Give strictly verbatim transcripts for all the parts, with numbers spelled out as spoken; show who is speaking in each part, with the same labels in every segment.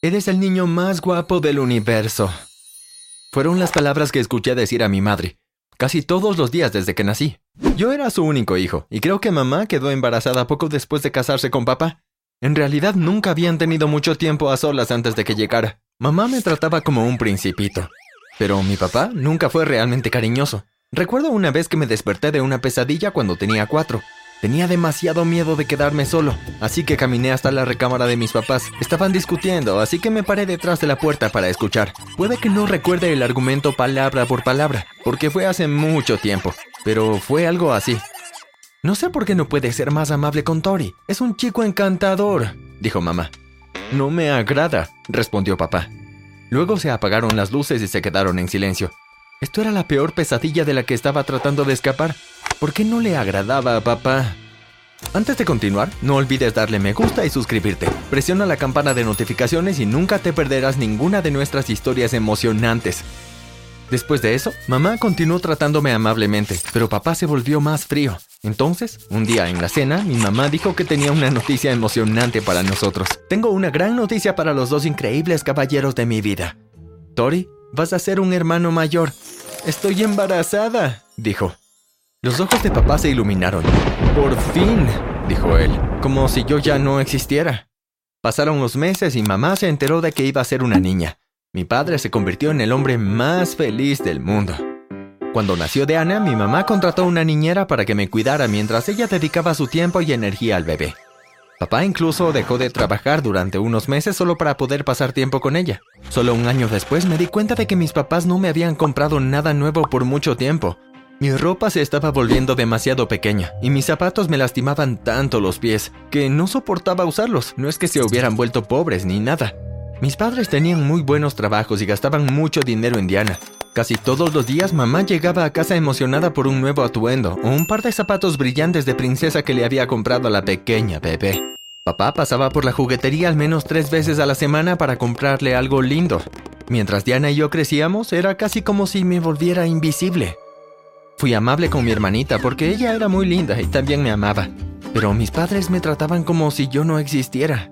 Speaker 1: Eres el niño más guapo del universo. Fueron las palabras que escuché decir a mi madre casi todos los días desde que nací. Yo era su único hijo, y creo que mamá quedó embarazada poco después de casarse con papá. En realidad nunca habían tenido mucho tiempo a solas antes de que llegara. Mamá me trataba como un principito, pero mi papá nunca fue realmente cariñoso. Recuerdo una vez que me desperté de una pesadilla cuando tenía cuatro. Tenía demasiado miedo de quedarme solo, así que caminé hasta la recámara de mis papás. Estaban discutiendo, así que me paré detrás de la puerta para escuchar. Puede que no recuerde el argumento palabra por palabra, porque fue hace mucho tiempo, pero fue algo así. No sé por qué no puede ser más amable con Tori. Es un chico encantador, dijo mamá. No me agrada, respondió papá. Luego se apagaron las luces y se quedaron en silencio. Esto era la peor pesadilla de la que estaba tratando de escapar. ¿Por qué no le agradaba a papá? Antes de continuar, no olvides darle me gusta y suscribirte. Presiona la campana de notificaciones y nunca te perderás ninguna de nuestras historias emocionantes. Después de eso, mamá continuó tratándome amablemente, pero papá se volvió más frío. Entonces, un día en la cena, mi mamá dijo que tenía una noticia emocionante para nosotros. Tengo una gran noticia para los dos increíbles caballeros de mi vida. Tori, vas a ser un hermano mayor. Estoy embarazada, dijo. Los ojos de papá se iluminaron. Por fin, dijo él, como si yo ya no existiera. Pasaron los meses y mamá se enteró de que iba a ser una niña. Mi padre se convirtió en el hombre más feliz del mundo. Cuando nació Diana, mi mamá contrató una niñera para que me cuidara mientras ella dedicaba su tiempo y energía al bebé. Papá incluso dejó de trabajar durante unos meses solo para poder pasar tiempo con ella. Solo un año después me di cuenta de que mis papás no me habían comprado nada nuevo por mucho tiempo. Mi ropa se estaba volviendo demasiado pequeña y mis zapatos me lastimaban tanto los pies que no soportaba usarlos. No es que se hubieran vuelto pobres ni nada. Mis padres tenían muy buenos trabajos y gastaban mucho dinero en Diana. Casi todos los días mamá llegaba a casa emocionada por un nuevo atuendo o un par de zapatos brillantes de princesa que le había comprado a la pequeña bebé. Papá pasaba por la juguetería al menos tres veces a la semana para comprarle algo lindo. Mientras Diana y yo crecíamos, era casi como si me volviera invisible. Fui amable con mi hermanita porque ella era muy linda y también me amaba. Pero mis padres me trataban como si yo no existiera.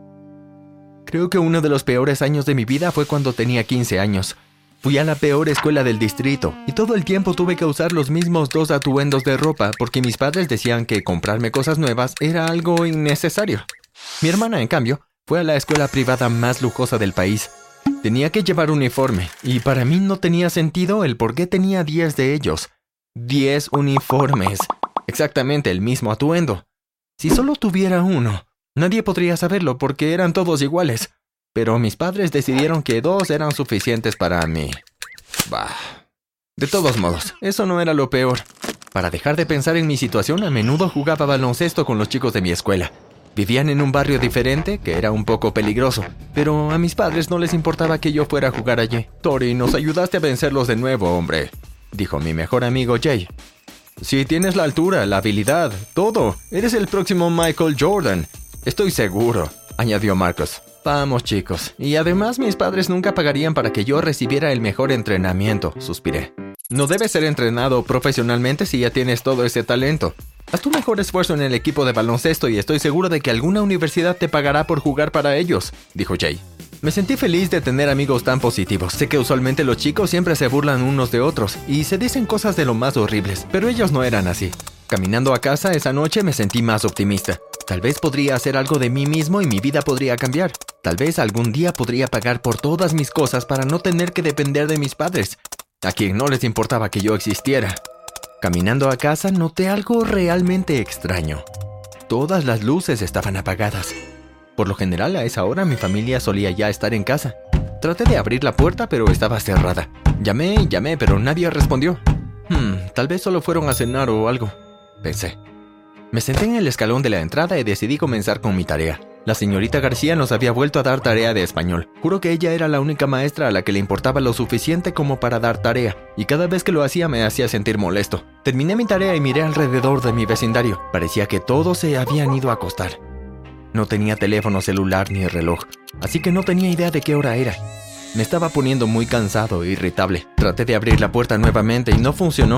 Speaker 1: Creo que uno de los peores años de mi vida fue cuando tenía quince años. Fui a la peor escuela del distrito y todo el tiempo tuve que usar los mismos dos atuendos de ropa porque mis padres decían que comprarme cosas nuevas era algo innecesario. Mi hermana, en cambio, fue a la escuela privada más lujosa del país. Tenía que llevar uniforme y para mí no tenía sentido el por qué tenía diez de ellos. Diez uniformes. Exactamente el mismo atuendo. Si solo tuviera uno, nadie podría saberlo porque eran todos iguales. Pero mis padres decidieron que dos eran suficientes para mí. Bah. De todos modos, eso no era lo peor. Para dejar de pensar en mi situación, a menudo jugaba baloncesto con los chicos de mi escuela. Vivían en un barrio diferente, que era un poco peligroso, pero a mis padres no les importaba que yo fuera a jugar allí. Tori, nos ayudaste a vencerlos de nuevo, hombre, dijo mi mejor amigo Jay. Sí, tienes la altura, la habilidad, todo. Eres el próximo Michael Jordan. Estoy seguro, añadió Marcus. Vamos, chicos. Y además mis padres nunca pagarían para que yo recibiera el mejor entrenamiento, suspiré. No debes ser entrenado profesionalmente si ya tienes todo ese talento. Haz tu mejor esfuerzo en el equipo de baloncesto y estoy seguro de que alguna universidad te pagará por jugar para ellos, dijo Jay. Me sentí feliz de tener amigos tan positivos. Sé que usualmente los chicos siempre se burlan unos de otros y se dicen cosas de lo más horribles, pero ellos no eran así. Caminando a casa esa noche me sentí más optimista. Tal vez podría hacer algo de mí mismo y mi vida podría cambiar. Tal vez algún día podría pagar por todas mis cosas para no tener que depender de mis padres, a quien no les importaba que yo existiera. Caminando a casa noté algo realmente extraño. Todas las luces estaban apagadas. Por lo general, a esa hora mi familia solía ya estar en casa. Traté de abrir la puerta, pero estaba cerrada. Llamé y llamé, pero nadie respondió. Hmm, tal vez solo fueron a cenar o algo, pensé. Me senté en el escalón de la entrada y decidí comenzar con mi tarea. La señorita García nos había vuelto a dar tarea de español. Juro que ella era la única maestra a la que le importaba lo suficiente como para dar tarea, y cada vez que lo hacía me hacía sentir molesto. Terminé mi tarea y miré alrededor de mi vecindario. Parecía que todos se habían ido a acostar. No tenía teléfono celular ni reloj, así que no tenía idea de qué hora era. Me estaba poniendo muy cansado e irritable. Traté de abrir la puerta nuevamente y no funcionó.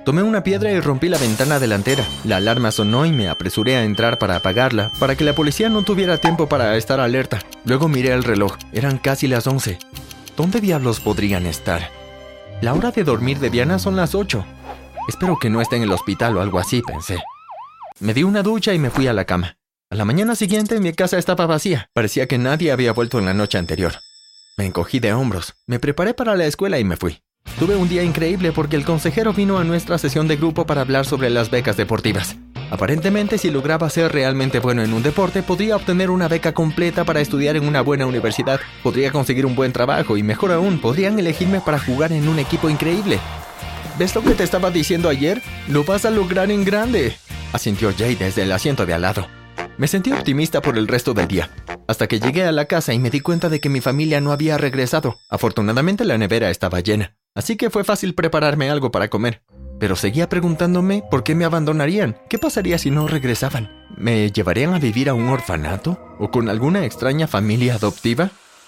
Speaker 1: Tomé una piedra y rompí la ventana delantera. La alarma sonó y me apresuré a entrar para apagarla, para que la policía no tuviera tiempo para estar alerta. Luego miré el reloj. Eran casi las once. ¿Dónde diablos podrían estar? La hora de dormir de Diana son las ocho. Espero que no esté en el hospital o algo así, pensé. Me di una ducha y me fui a la cama. A la mañana siguiente mi casa estaba vacía. Parecía que nadie había vuelto en la noche anterior. Me encogí de hombros. Me preparé para la escuela y me fui. Tuve un día increíble porque el consejero vino a nuestra sesión de grupo para hablar sobre las becas deportivas. Aparentemente, si lograba ser realmente bueno en un deporte, podría obtener una beca completa para estudiar en una buena universidad, podría conseguir un buen trabajo y, mejor aún, podrían elegirme para jugar en un equipo increíble. ¿Ves lo que te estaba diciendo ayer? ¡Lo vas a lograr en grande!, asintió Jay desde el asiento de al lado. Me sentí optimista por el resto del día, hasta que llegué a la casa y me di cuenta de que mi familia no había regresado. Afortunadamente la nevera estaba llena, así que fue fácil prepararme algo para comer. Pero seguía preguntándome por qué me abandonarían. ¿Qué pasaría si no regresaban? ¿Me llevarían a vivir a un orfanato? ¿O con alguna extraña familia adoptiva?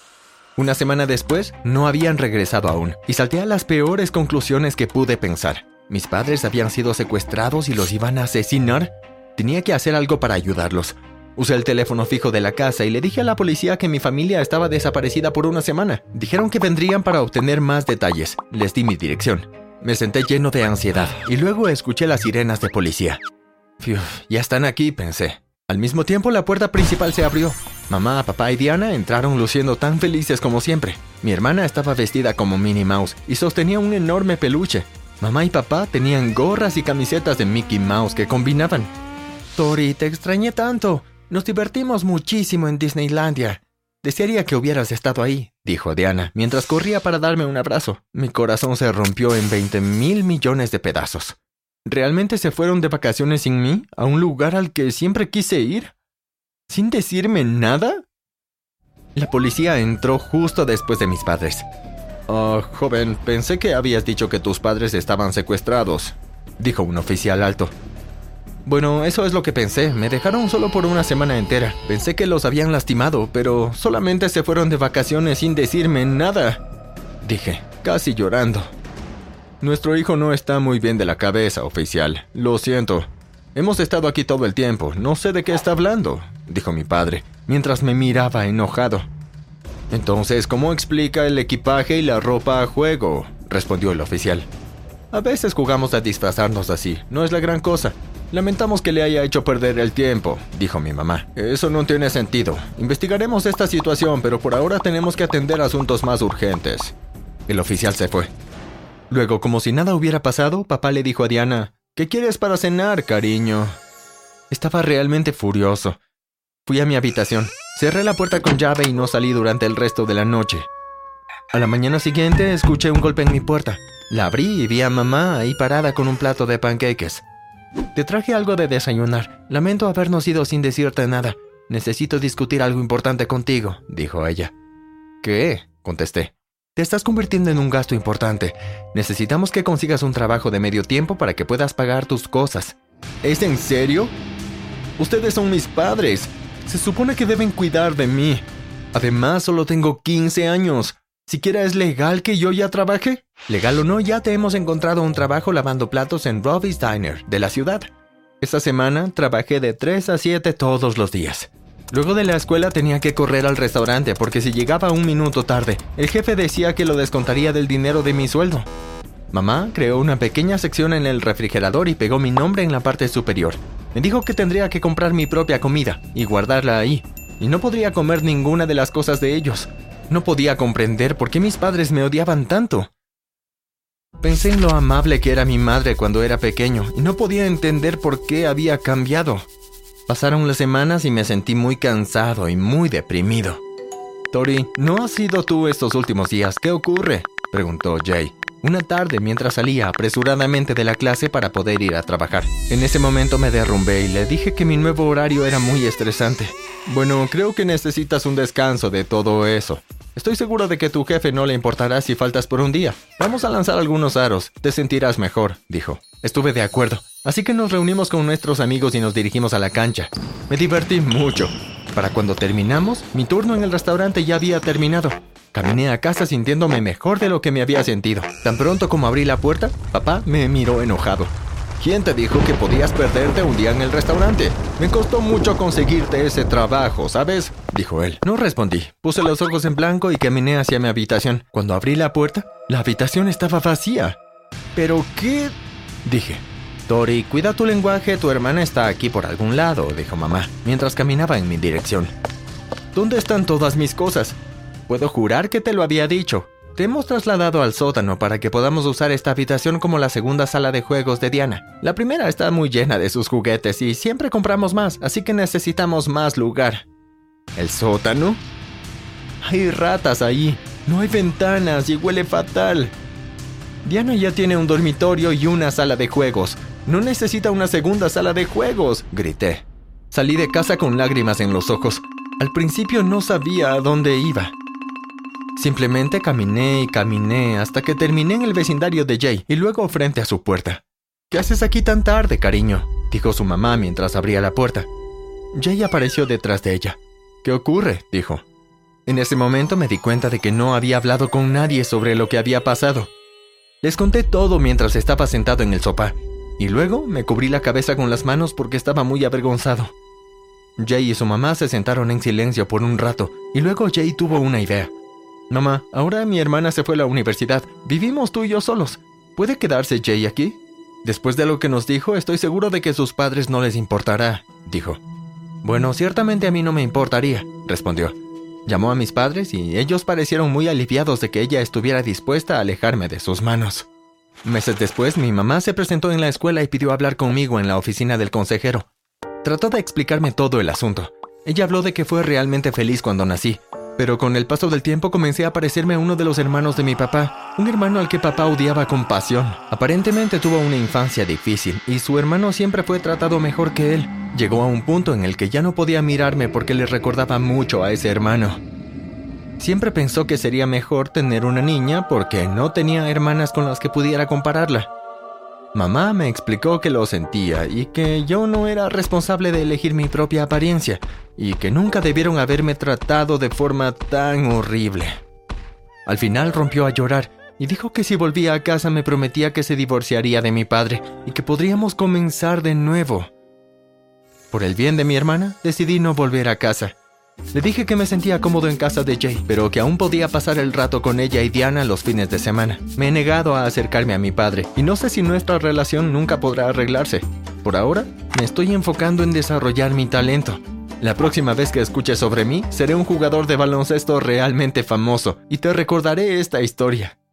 Speaker 1: Una semana después, no habían regresado aún, y salté a las peores conclusiones que pude pensar. ¿Mis padres habían sido secuestrados y los iban a asesinar? Tenía que hacer algo para ayudarlos. Usé el teléfono fijo de la casa y le dije a la policía que mi familia estaba desaparecida por una semana. Dijeron que vendrían para obtener más detalles. Les di mi dirección. Me senté lleno de ansiedad y luego escuché las sirenas de policía. Fiu, ya están aquí, pensé. Al mismo tiempo, la puerta principal se abrió. Mamá, papá y Diana entraron luciendo tan felices como siempre. Mi hermana estaba vestida como Minnie Mouse y sostenía un enorme peluche. Mamá y papá tenían gorras y camisetas de Mickey Mouse que combinaban. Tori, te extrañé tanto. Nos divertimos muchísimo en Disneylandia. Desearía que hubieras estado ahí, dijo Diana, mientras corría para darme un abrazo. Mi corazón se rompió en veinte mil millones de pedazos. ¿Realmente se fueron de vacaciones sin mí? ¿A un lugar al que siempre quise ir? ¿Sin decirme nada? La policía entró justo después de mis padres. Oh, joven, pensé que habías dicho que tus padres estaban secuestrados, dijo un oficial alto. Bueno, eso es lo que pensé. Me dejaron solo por una semana entera. Pensé que los habían lastimado, pero solamente se fueron de vacaciones sin decirme nada, dije, casi llorando. Nuestro hijo no está muy bien de la cabeza, oficial. Lo siento. Hemos estado aquí todo el tiempo. No sé de qué está hablando, dijo mi padre, mientras me miraba enojado. Entonces, ¿cómo explica el equipaje y la ropa a juego?, respondió el oficial. A veces jugamos a disfrazarnos así. No es la gran cosa. Lamentamos que le haya hecho perder el tiempo, dijo mi mamá. Eso no tiene sentido. Investigaremos esta situación, pero por ahora tenemos que atender asuntos más urgentes. El oficial se fue. Luego, como si nada hubiera pasado, papá le dijo a Diana, ¿qué quieres para cenar, cariño? Estaba realmente furioso. Fui a mi habitación, cerré la puerta con llave y no salí durante el resto de la noche. A la mañana siguiente escuché un golpe en mi puerta. La abrí y vi a mamá ahí parada con un plato de panqueques. Te traje algo de desayunar. Lamento habernos ido sin decirte nada. Necesito discutir algo importante contigo, dijo ella. ¿Qué?, contesté. Te estás convirtiendo en un gasto importante. Necesitamos que consigas un trabajo de medio tiempo para que puedas pagar tus cosas. ¿Es en serio? Ustedes son mis padres. Se supone que deben cuidar de mí. Además, solo tengo quince años. ¿Siquiera es legal que yo ya trabaje? Legal o no, ya te hemos encontrado un trabajo lavando platos en Robbie's Diner, de la ciudad. Esta semana trabajé de tres a siete todos los días. Luego de la escuela tenía que correr al restaurante porque si llegaba un minuto tarde, el jefe decía que lo descontaría del dinero de mi sueldo. Mamá creó una pequeña sección en el refrigerador y pegó mi nombre en la parte superior. Me dijo que tendría que comprar mi propia comida y guardarla ahí, y no podría comer ninguna de las cosas de ellos. No podía comprender por qué mis padres me odiaban tanto. Pensé en lo amable que era mi madre cuando era pequeño y no podía entender por qué había cambiado. Pasaron las semanas y me sentí muy cansado y muy deprimido. Tori, ¿no has sido tú estos últimos días? ¿Qué ocurre?, preguntó Jay. Una tarde mientras salía apresuradamente de la clase para poder ir a trabajar. En ese momento me derrumbé y le dije que mi nuevo horario era muy estresante. Bueno, creo que necesitas un descanso de todo eso. Estoy seguro de que tu jefe no le importará si faltas por un día. Vamos a lanzar algunos aros. Te sentirás mejor, dijo. Estuve de acuerdo. Así que nos reunimos con nuestros amigos y nos dirigimos a la cancha. Me divertí mucho. Para cuando terminamos, mi turno en el restaurante ya había terminado. Caminé a casa sintiéndome mejor de lo que me había sentido. Tan pronto como abrí la puerta, papá me miró enojado. ¿Quién te dijo que podías perderte un día en el restaurante? Me costó mucho conseguirte ese trabajo, ¿sabes?, dijo él. No respondí. Puse los ojos en blanco y caminé hacia mi habitación. Cuando abrí la puerta, la habitación estaba vacía. ¿Pero qué?, dije. Tori, cuida tu lenguaje, tu hermana está aquí por algún lado, dijo mamá, mientras caminaba en mi dirección. ¿Dónde están todas mis cosas? Puedo jurar que te lo había dicho. Te hemos trasladado al sótano para que podamos usar esta habitación como la segunda sala de juegos de Diana. La primera está muy llena de sus juguetes y siempre compramos más, así que necesitamos más lugar. ¿El sótano? Hay ratas ahí, no hay ventanas y huele fatal. Diana ya tiene un dormitorio y una sala de juegos. No necesita una segunda sala de juegos, grité. Salí de casa con lágrimas en los ojos. Al principio no sabía a dónde iba. Simplemente caminé y caminé hasta que terminé en el vecindario de Jay y luego frente a su puerta. ¿Qué haces aquí tan tarde, cariño?, dijo su mamá mientras abría la puerta. Jay apareció detrás de ella. ¿Qué ocurre?, dijo. En ese momento me di cuenta de que no había hablado con nadie sobre lo que había pasado. Les conté todo mientras estaba sentado en el sofá, y luego me cubrí la cabeza con las manos porque estaba muy avergonzado. Jay y su mamá se sentaron en silencio por un rato, y luego Jay tuvo una idea. Mamá, ahora mi hermana se fue a la universidad. Vivimos tú y yo solos. ¿Puede quedarse Jay aquí? Después de lo que nos dijo, estoy seguro de que a sus padres no les importará, dijo. Bueno, ciertamente a mí no me importaría, respondió. Llamó a mis padres y ellos parecieron muy aliviados de que ella estuviera dispuesta a alejarme de sus manos. Meses después, mi mamá se presentó en la escuela y pidió hablar conmigo en la oficina del consejero. Trató de explicarme todo el asunto. Ella habló de que fue realmente feliz cuando nací, pero con el paso del tiempo comencé a parecerme a uno de los hermanos de mi papá, un hermano al que papá odiaba con pasión. Aparentemente tuvo una infancia difícil y su hermano siempre fue tratado mejor que él. Llegó a un punto en el que ya no podía mirarme porque le recordaba mucho a ese hermano. Siempre pensó que sería mejor tener una niña porque no tenía hermanas con las que pudiera compararla. Mamá me explicó que lo sentía y que yo no era responsable de elegir mi propia apariencia y que nunca debieron haberme tratado de forma tan horrible. Al final rompió a llorar y dijo que si volvía a casa me prometía que se divorciaría de mi padre y que podríamos comenzar de nuevo. Por el bien de mi hermana, decidí no volver a casa. Le dije que me sentía cómodo en casa de Jay, pero que aún podía pasar el rato con ella y Diana los fines de semana. Me he negado a acercarme a mi padre, y no sé si nuestra relación nunca podrá arreglarse. Por ahora, me estoy enfocando en desarrollar mi talento. La próxima vez que escuches sobre mí, seré un jugador de baloncesto realmente famoso, y te recordaré esta historia.